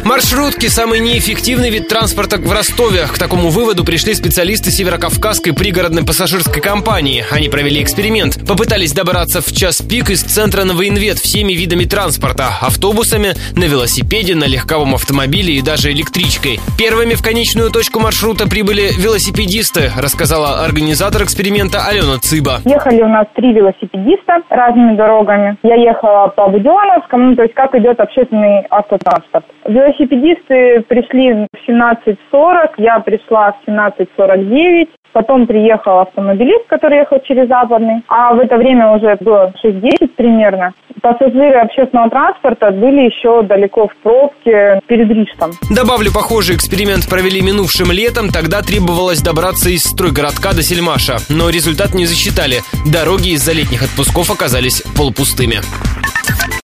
Маршрутки – самый неэффективный вид транспорта в Ростове. К такому выводу пришли специалисты Северокавказской пригородной пассажирской компании. Они провели эксперимент. Попытались добраться в час пик из центра на военвет всеми видами транспорта – автобусами, на велосипеде, на легковом автомобиле и даже электричкой. Первыми в конечную точку маршрута прибыли велосипедисты, рассказала организатор эксперимента Алена Цыба. Ехали у нас 3 велосипедиста разными дорогами. Я ехала по Буденновскому, то есть как идет общественный автотранспорт. Велосипедисты пришли в 17:40, я пришла в 17:49. Потом приехал автомобилист, который ехал через Западный. А в это время уже было 6:10 примерно. Пассажиры общественного транспорта были еще далеко в пробке перед Рижском. Добавлю, похожий эксперимент провели минувшим летом. Тогда требовалось добраться из стройгородка до Сельмаша. Но результат не засчитали. Дороги из-за летних отпусков оказались полупустыми.